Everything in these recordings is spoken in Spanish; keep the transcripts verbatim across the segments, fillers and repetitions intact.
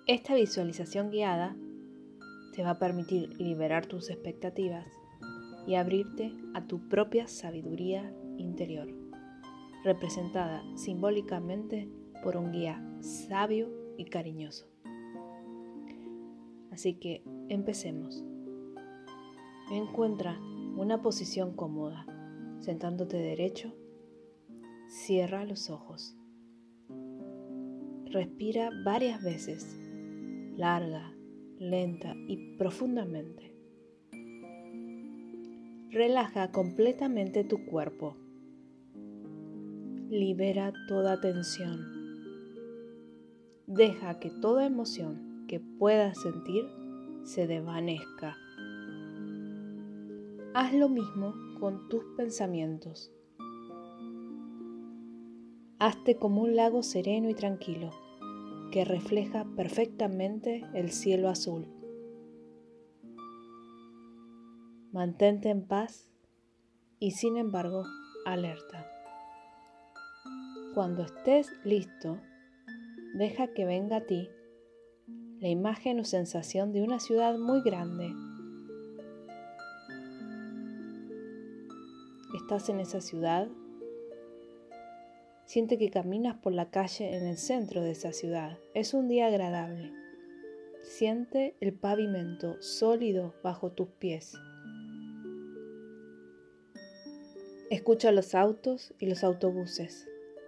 Esta visualización guiada te va a permitir liberar tus expectativas y abrirte a tu propia sabiduría interior, representada simbólicamente por un guía sabio y cariñoso. Así que empecemos. Encuentra una posición cómoda, sentándote derecho. Cierra los ojos. Respira varias veces, larga, lenta y profundamente. Relaja completamente tu cuerpo. Libera toda tensión. Deja que toda emoción que puedas sentir se desvanezca. Haz lo mismo con tus pensamientos. Hazte como un lago sereno y tranquilo, que refleja perfectamente el cielo azul. Mantente en paz y, sin embargo, alerta. Cuando estés listo, deja que venga a ti la imagen o sensación de una ciudad muy grande. Estás en esa ciudad. Siente que caminas por la calle en el centro de esa ciudad. Es un día agradable. Siente el pavimento sólido bajo tus pies. Escucha los autos y los autobuses.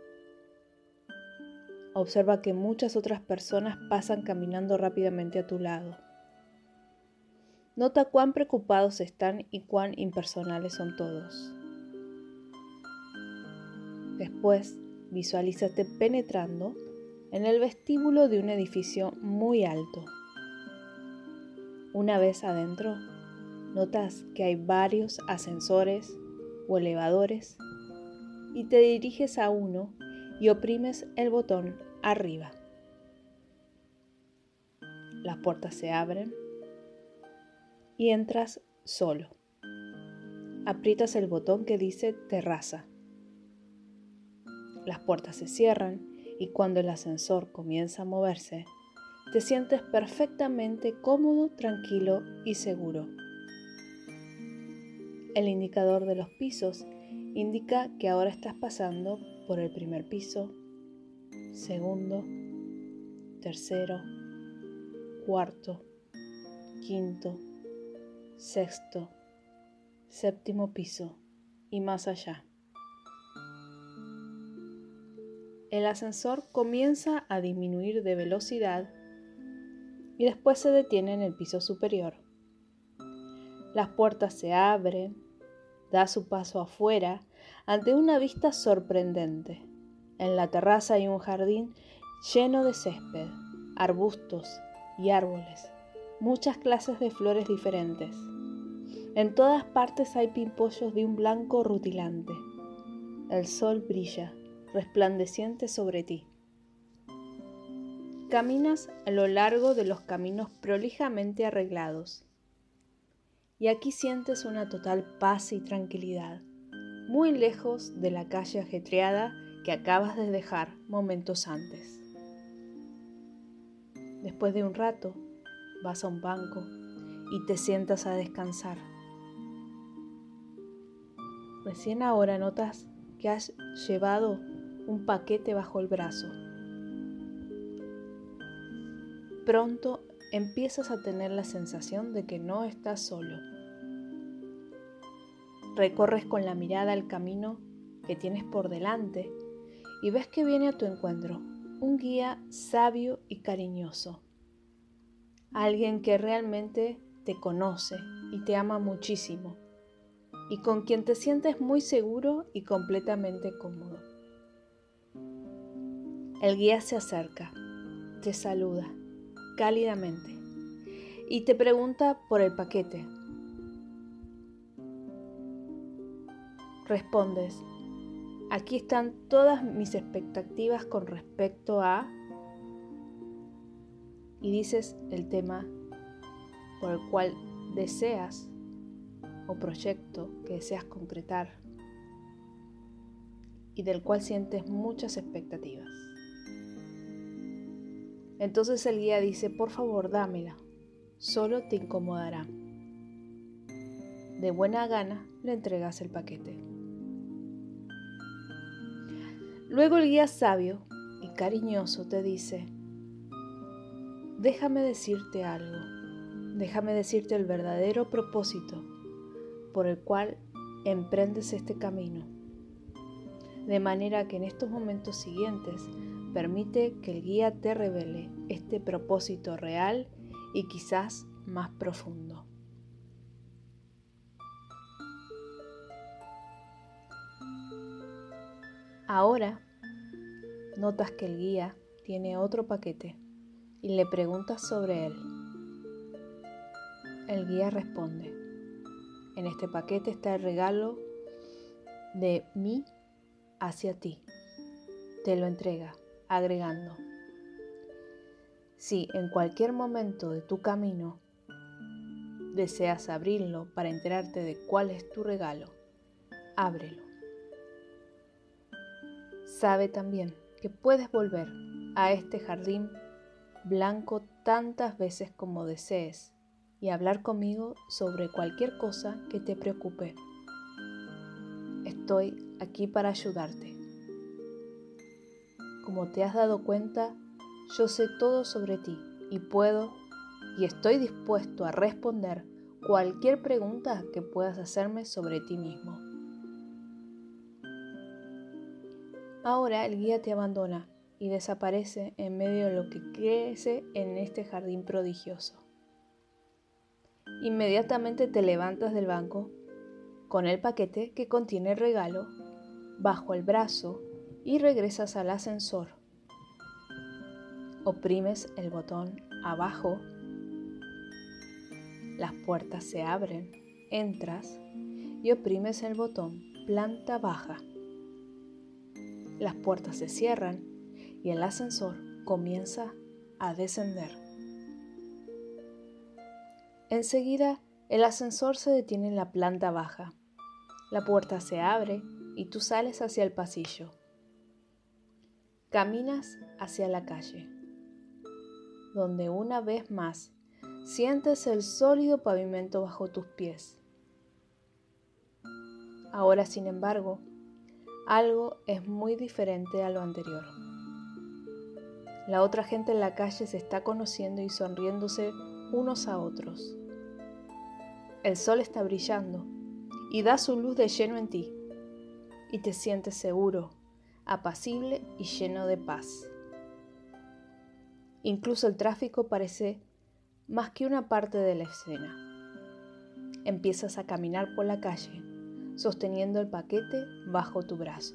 Observa que muchas otras personas pasan caminando rápidamente a tu lado. Nota cuán preocupados están y cuán impersonales son todos. Después, visualízate penetrando en el vestíbulo de un edificio muy alto. Una vez adentro, notas que hay varios ascensores o elevadores y te diriges a uno y oprimes el botón arriba. Las puertas se abren y entras solo. Aprietas el botón que dice terraza. Las puertas se cierran y cuando el ascensor comienza a moverse, te sientes perfectamente cómodo, tranquilo y seguro. El indicador de los pisos indica que ahora estás pasando por el primer piso, segundo, tercero, cuarto, quinto, sexto, séptimo piso y más allá. El ascensor comienza a disminuir de velocidad y después se detiene en el piso superior. Las puertas se abren, da su paso afuera ante una vista sorprendente. En la terraza hay un jardín lleno de césped, arbustos y árboles, muchas clases de flores diferentes. En todas partes hay pimpollos de un blanco rutilante. El sol brilla, resplandeciente sobre ti. Caminas a lo largo de los caminos prolijamente arreglados. Y aquí sientes una total paz y tranquilidad, muy lejos de la calle ajetreada que acabas de dejar momentos antes. Después de un rato, vas a un banco y te sientas a descansar. Recién ahora notas que has llevado un paquete bajo el brazo. Pronto empiezas a tener la sensación de que no estás solo. Recorres con la mirada el camino que tienes por delante y ves que viene a tu encuentro un guía sabio y cariñoso. Alguien que realmente te conoce y te ama muchísimo y con quien te sientes muy seguro y completamente cómodo. El guía se acerca, te saluda cálidamente y te pregunta por el paquete. Respondes: aquí están todas mis expectativas con respecto a... y dices el tema por el cual deseas o proyecto que deseas concretar y del cual sientes muchas expectativas. Entonces el guía dice, por favor, dámela, solo te incomodará. De buena gana le entregas el paquete. Luego el guía sabio y cariñoso te dice, déjame decirte algo, déjame decirte el verdadero propósito por el cual emprendes este camino. De manera que en estos momentos siguientes permite que el guía te revele este propósito real y quizás más profundo. Ahora notas que el guía tiene otro paquete y le preguntas sobre él. El guía responde, en este paquete está el regalo de mí hacia ti. Te lo entrega, agregando, si en cualquier momento de tu camino deseas abrirlo para enterarte de cuál es tu regalo, ábrelo. Sabe también que puedes volver a este jardín blanco tantas veces como desees y hablar conmigo sobre cualquier cosa que te preocupe. Estoy aquí para ayudarte. Como te has dado cuenta, yo sé todo sobre ti y puedo y estoy dispuesto a responder cualquier pregunta que puedas hacerme sobre ti mismo. Ahora el guía te abandona y desaparece en medio de lo que crece en este jardín prodigioso. Inmediatamente te levantas del banco con el paquete que contiene el regalo bajo el brazo y regresas al ascensor. Oprimes el botón abajo, las puertas se abren, entras y oprimes el botón planta baja. Las puertas se cierran y el ascensor comienza a descender. Enseguida, el ascensor se detiene en la planta baja. La puerta se abre y tú sales hacia el pasillo. Caminas hacia la calle, donde una vez más sientes el sólido pavimento bajo tus pies. Ahora, sin embargo, algo es muy diferente a lo anterior. La otra gente en la calle se está conociendo y sonriéndose unos a otros. El sol está brillando y da su luz de lleno en ti, y te sientes seguro, apacible y lleno de paz. Incluso el tráfico parece más que una parte de la escena. Empiezas a caminar por la calle, sosteniendo el paquete bajo tu brazo.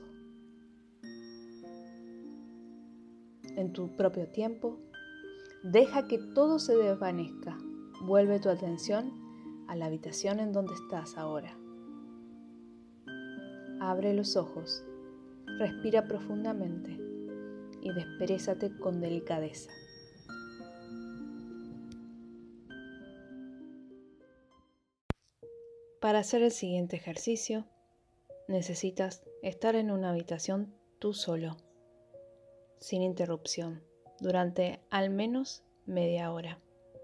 En tu propio tiempo, deja que todo se desvanezca. Vuelve tu atención a la habitación en donde estás ahora. Abre los ojos, respira profundamente y desperezate con delicadeza. Para hacer el siguiente ejercicio, necesitas estar en una habitación tú solo, sin interrupción, durante al menos media hora.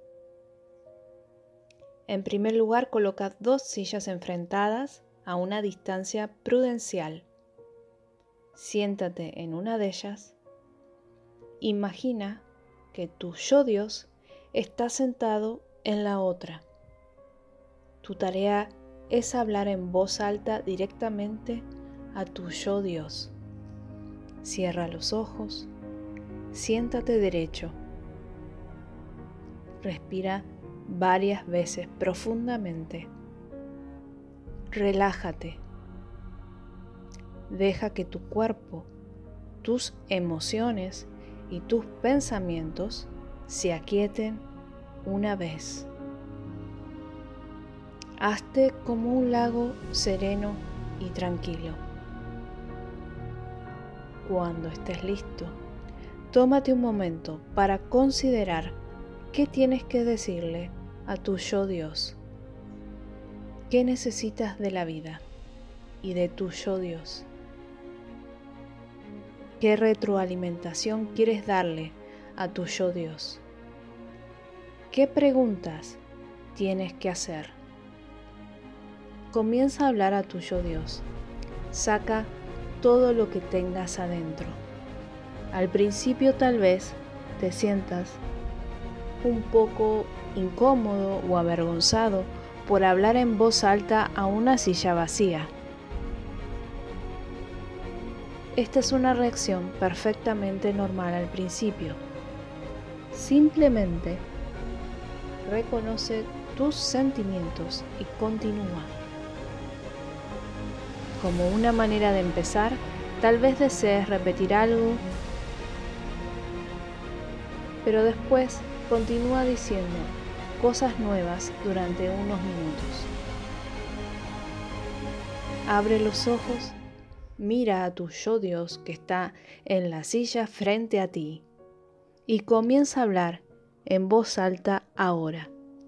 En primer lugar, coloca dos sillas enfrentadas a una distancia prudencial. Siéntate en una de ellas. Imagina que tu yo Dios está sentado en la otra. Tu tarea es hablar en voz alta directamente a tu yo Dios. Cierra los ojos, siéntate derecho. Respira varias veces profundamente. Relájate. Deja que tu cuerpo, tus emociones y tus pensamientos se aquieten una vez. Hazte como un lago sereno y tranquilo. Cuando estés listo, tómate un momento para considerar qué tienes que decirle a tu yo Dios. ¿Qué necesitas de la vida y de tu yo Dios? ¿Qué retroalimentación quieres darle a tu yo Dios. ¿Qué preguntas tienes que hacer? Comienza a hablar a tu yo Dios. Saca todo lo que tengas adentro. Al principio tal vez te sientas un poco incómodo o avergonzado por hablar en voz alta a una silla vacía. Esta es una reacción perfectamente normal al principio. Simplemente reconoce tus sentimientos y continúa. Como una manera de empezar, tal vez desees repetir algo, pero después continúa diciendo cosas nuevas durante unos minutos. Abre los ojos, mira a tu yo Dios que está en la silla frente a ti y comienza a hablar en voz alta ahora.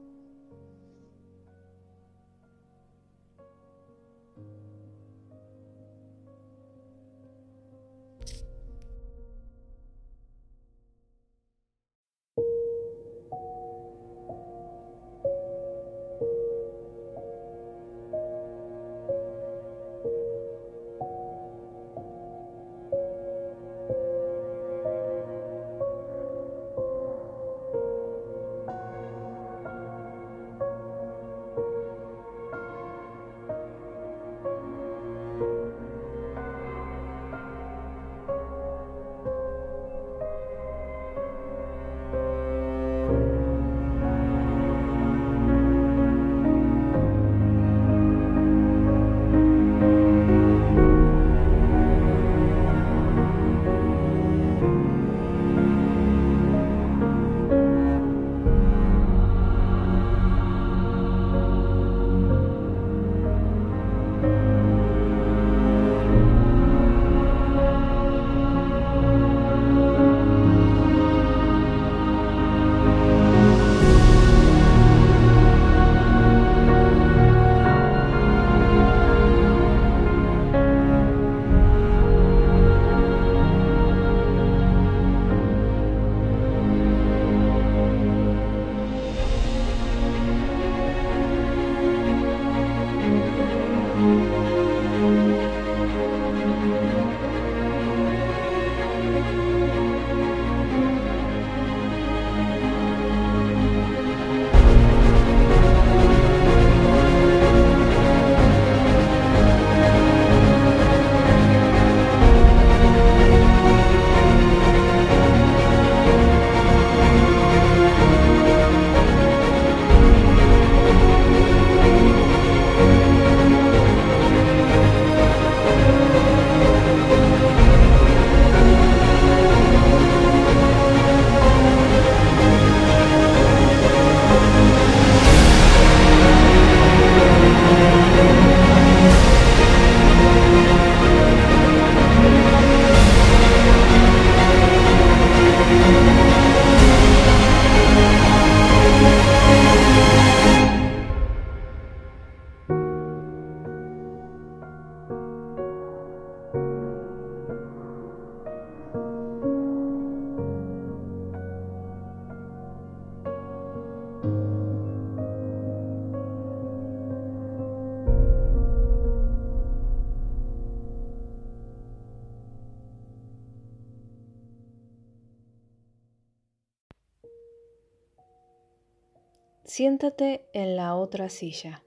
Siéntate en la otra silla,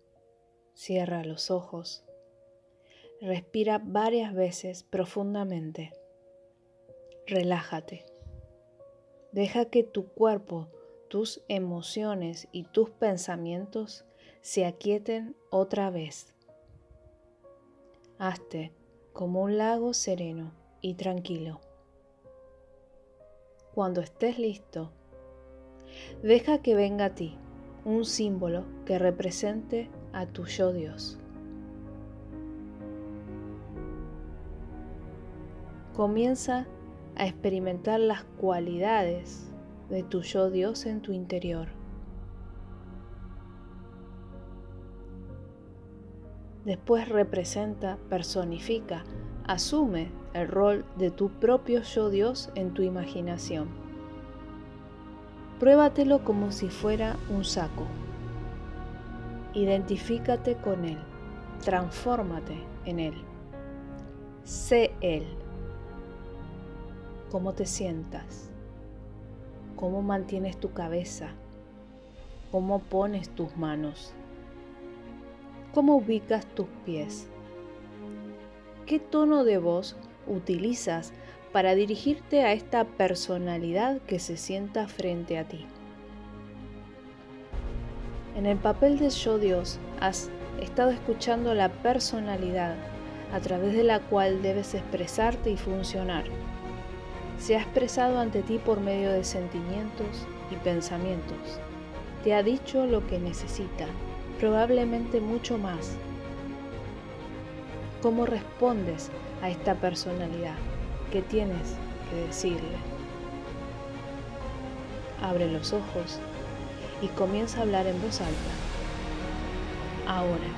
cierra los ojos, respira varias veces profundamente, relájate, deja que tu cuerpo, tus emociones y tus pensamientos se aquieten otra vez. Hazte como un lago sereno y tranquilo. Cuando estés listo, deja que venga a ti un símbolo que represente a tu yo Dios. Comienza a experimentar las cualidades de tu yo Dios en tu interior. Después representa, personifica, asume el rol de tu propio yo Dios en tu imaginación. Pruébatelo como si fuera un saco. Identifícate con él. Transfórmate en él. Sé él. ¿Cómo te sientas? ¿Cómo mantienes tu cabeza? ¿Cómo pones tus manos? ¿Cómo ubicas tus pies? ¿Qué tono de voz utilizas para dirigirte a esta personalidad que se sienta frente a ti? En el papel de Yo Dios has estado escuchando la personalidad a través de la cual debes expresarte y funcionar. Se ha expresado ante ti por medio de sentimientos y pensamientos. Te ha dicho lo que necesita, probablemente mucho más. ¿Cómo respondes a esta personalidad? ¿Qué tienes que decirle? Abre los ojos y comienza a hablar en voz alta. Ahora.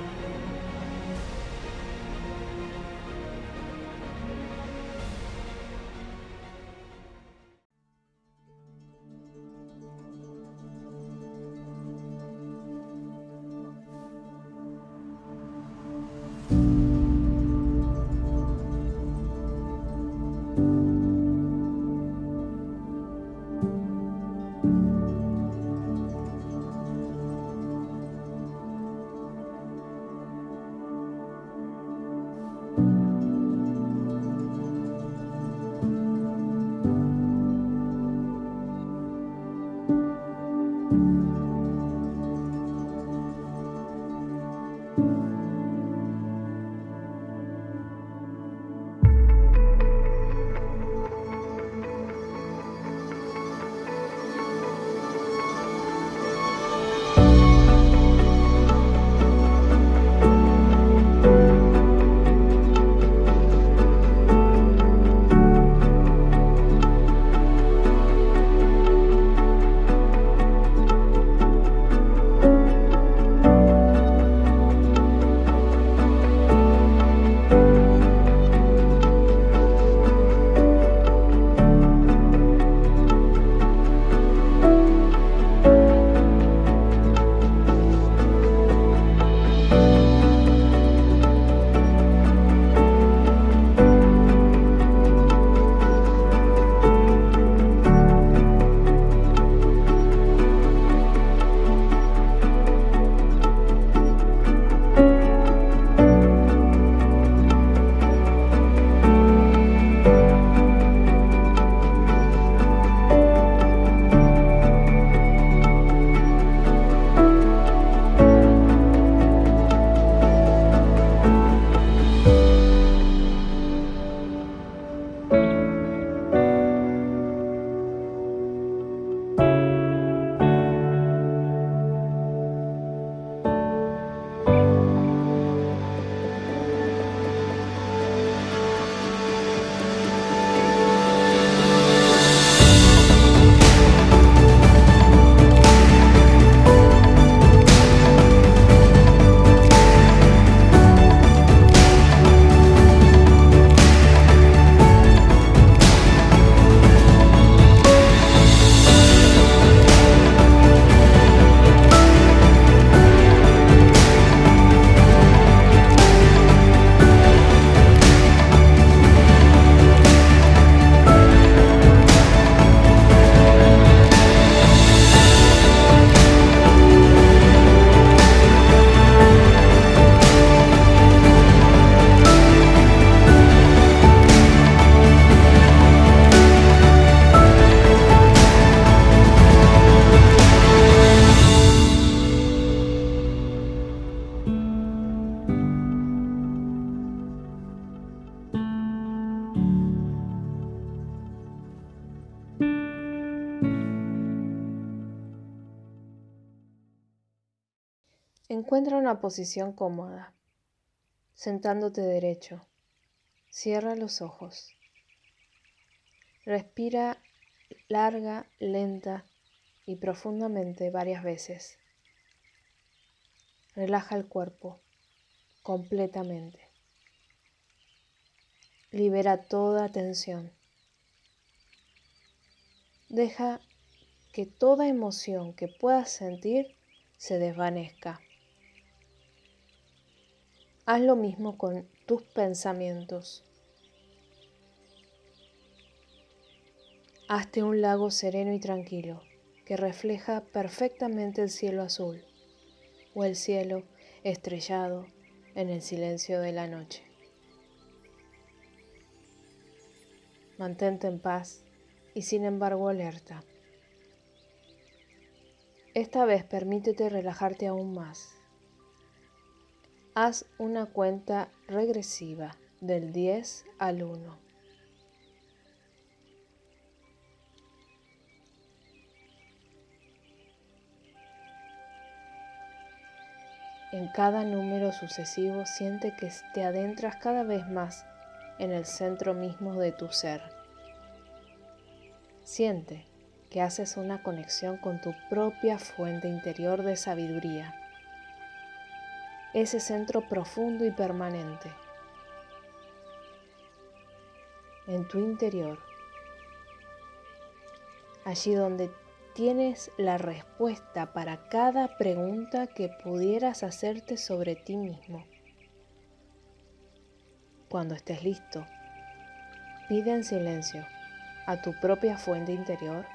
Encuentra una posición cómoda, sentándote derecho. Cierra los ojos. Respira larga, lenta y profundamente varias veces. Relaja el cuerpo completamente. Libera toda tensión. Deja que toda emoción que puedas sentir se desvanezca. Haz lo mismo con tus pensamientos. Hazte un lago sereno y tranquilo que refleja perfectamente el cielo azul o el cielo estrellado en el silencio de la noche. Mantente en paz y sin embargo alerta. Esta vez permítete relajarte aún más. Haz una cuenta regresiva del diez al uno. En cada número sucesivo siente que te adentras cada vez más en el centro mismo de tu ser. Siente que haces una conexión con tu propia fuente interior de sabiduría, ese centro profundo y permanente. En tu interior, allí donde tienes la respuesta para cada pregunta que pudieras hacerte sobre ti mismo. Cuando estés listo, pide en silencio a tu propia fuente interior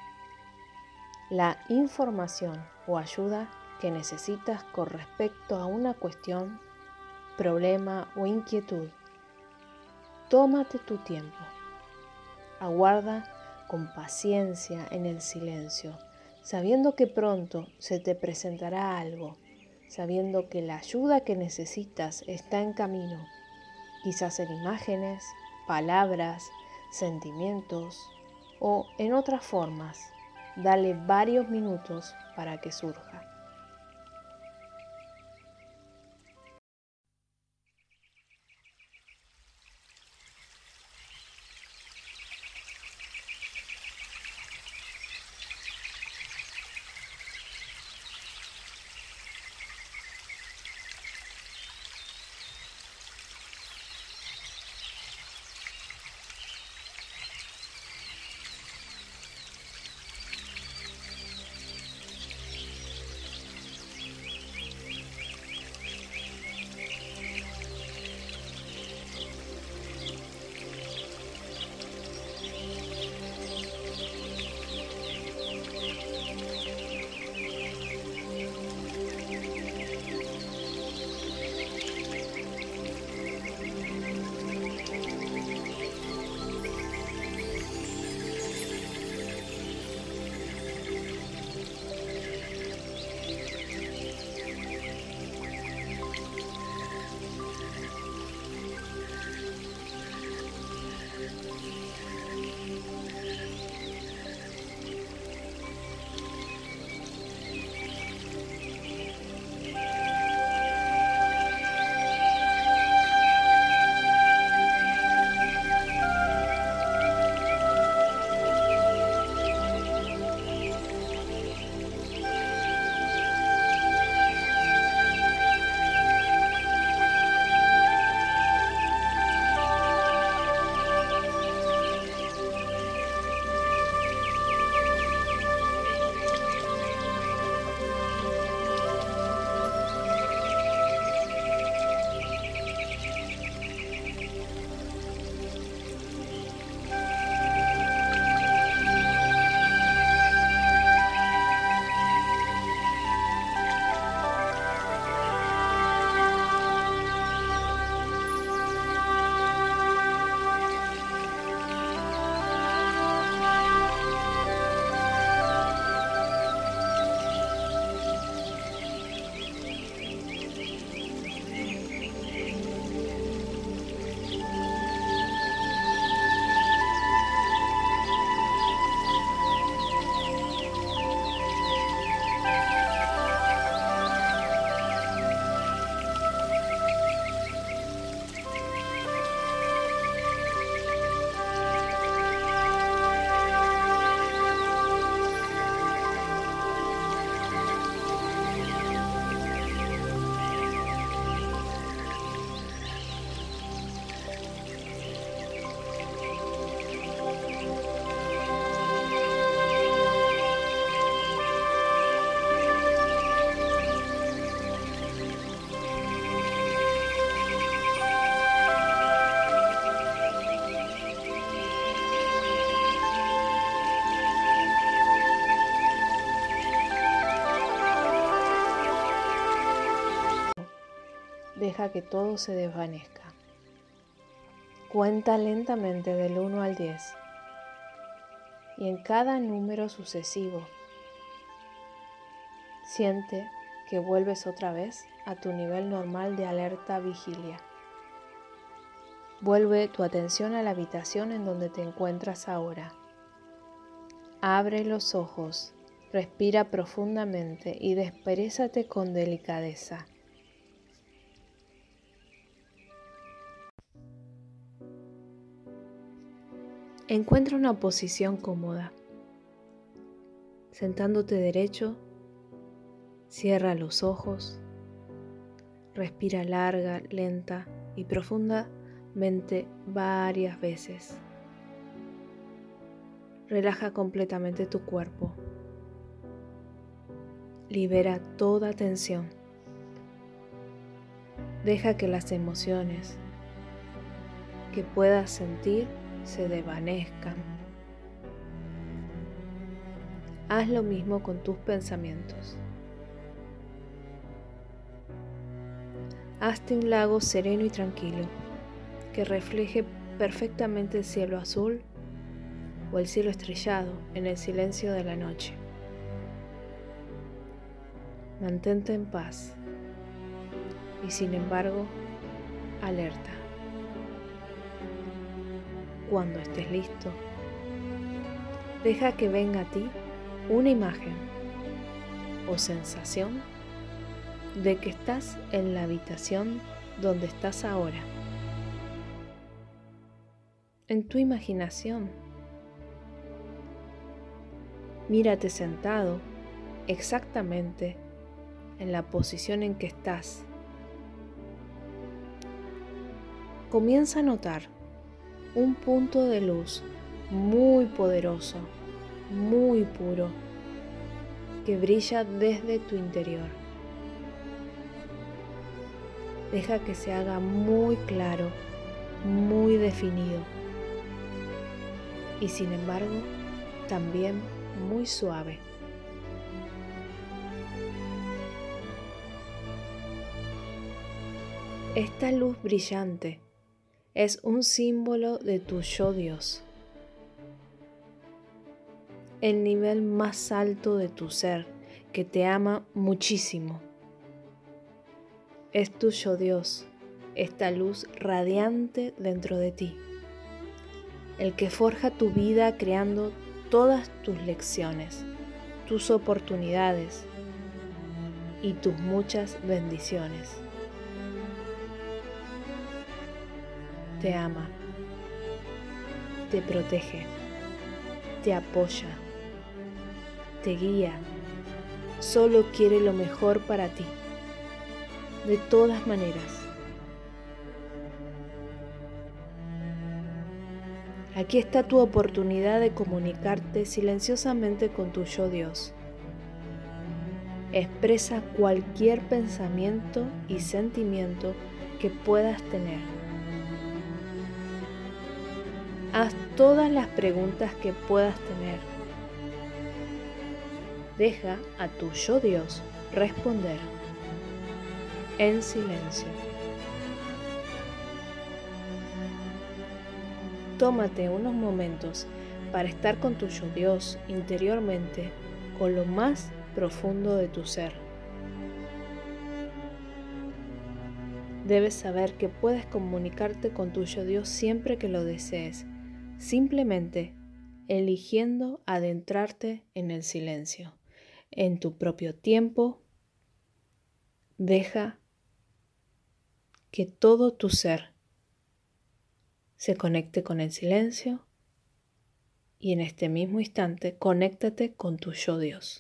la información o ayuda que necesitas con respecto a una cuestión, problema o inquietud. Tómate tu tiempo. Aguarda con paciencia en el silencio, sabiendo que pronto se te presentará algo, sabiendo que la ayuda que necesitas está en camino, quizás en imágenes, palabras, sentimientos o en otras formas. Dale varios minutos para que surja. deja que todo se desvanezca. Cuenta lentamente del uno al diez y en cada número sucesivo siente que vuelves otra vez a tu nivel normal de alerta vigilia. Vuelve tu atención a la habitación en donde te encuentras ahora. Abre los ojos, respira profundamente y desperezate con delicadeza. Encuentra una posición cómoda. Sentándote derecho, cierra los ojos, respira larga, lenta y profundamente varias veces. Relaja completamente tu cuerpo. Libera toda tensión. Deja que las emociones que puedas sentir se desvanezcan. Haz lo mismo con tus pensamientos. Hazte un lago sereno y tranquilo que refleje perfectamente el cielo azul o el cielo estrellado en el silencio de la noche. Mantente en paz y sin embargo, alerta. Cuando estés listo, deja que venga a ti una imagen o sensación de que estás en la habitación donde estás ahora. En tu imaginación, mírate sentado exactamente en la posición en que estás. Comienza a notar un punto de luz muy poderoso, muy puro, que brilla desde tu interior. Deja que se haga muy claro, muy definido y sin embargo también muy suave. Esta luz brillante es un símbolo de tu yo Dios, el nivel más alto de tu ser que te ama muchísimo. Es tu yo Dios, esta luz radiante dentro de ti, el que forja tu vida creando todas tus lecciones, tus oportunidades y tus muchas bendiciones. Te ama, te protege, te apoya, te guía, solo quiere lo mejor para ti, de todas maneras. Aquí está tu oportunidad de comunicarte silenciosamente con tu yo Dios. Expresa cualquier pensamiento y sentimiento que puedas tener. Haz todas las preguntas que puedas tener. Deja a tu yo Dios responder en silencio. Tómate unos momentos para estar con tu yo Dios interiormente, con lo más profundo de tu ser. Debes saber que puedes comunicarte con tu yo Dios siempre que lo desees, simplemente eligiendo adentrarte en el silencio. En tu propio tiempo, deja que todo tu ser se conecte con el silencio y en este mismo instante conéctate con tu yo Dios.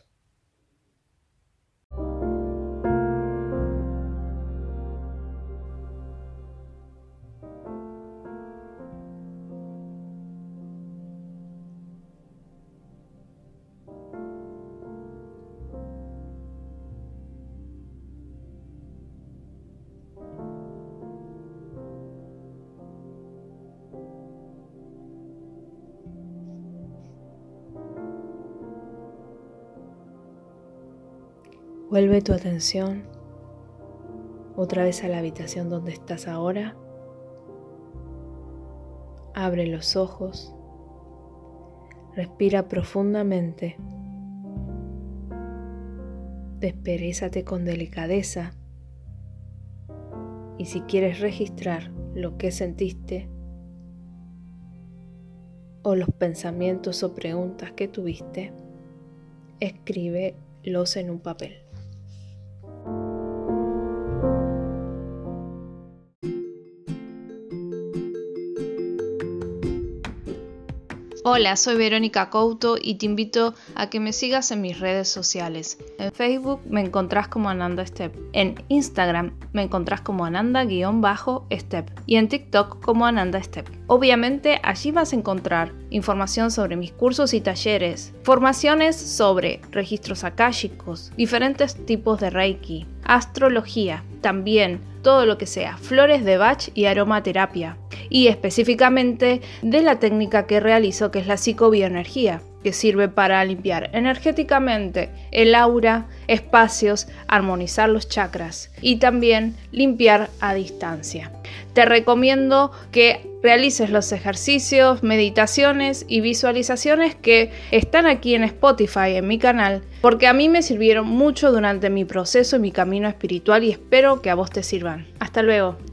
Vuelve tu atención otra vez a la habitación donde estás ahora. Abre los ojos. Respira profundamente. Desperezate con delicadeza. Y si quieres registrar lo que sentiste o los pensamientos o preguntas que tuviste, escríbelos en un papel. Hola, soy Verónica Couto y te invito a que me sigas en mis redes sociales. En Facebook me encontrás como Ananda Step, en Instagram me encontrás como Ananda-Step y en TikTok como Ananda Step. Obviamente allí vas a encontrar información sobre mis cursos y talleres, formaciones sobre registros akáshicos, diferentes tipos de Reiki, astrología, también todo lo que sea flores de Bach y aromaterapia, y específicamente de la técnica que realizo, que es la psicobioenergía, que sirve para limpiar energéticamente el aura, espacios, armonizar los chakras y también limpiar a distancia. Te recomiendo que realices los ejercicios, meditaciones y visualizaciones que están aquí en Spotify, en mi canal, porque a mí me sirvieron mucho durante mi proceso y mi camino espiritual y espero que a vos te sirvan. Hasta luego.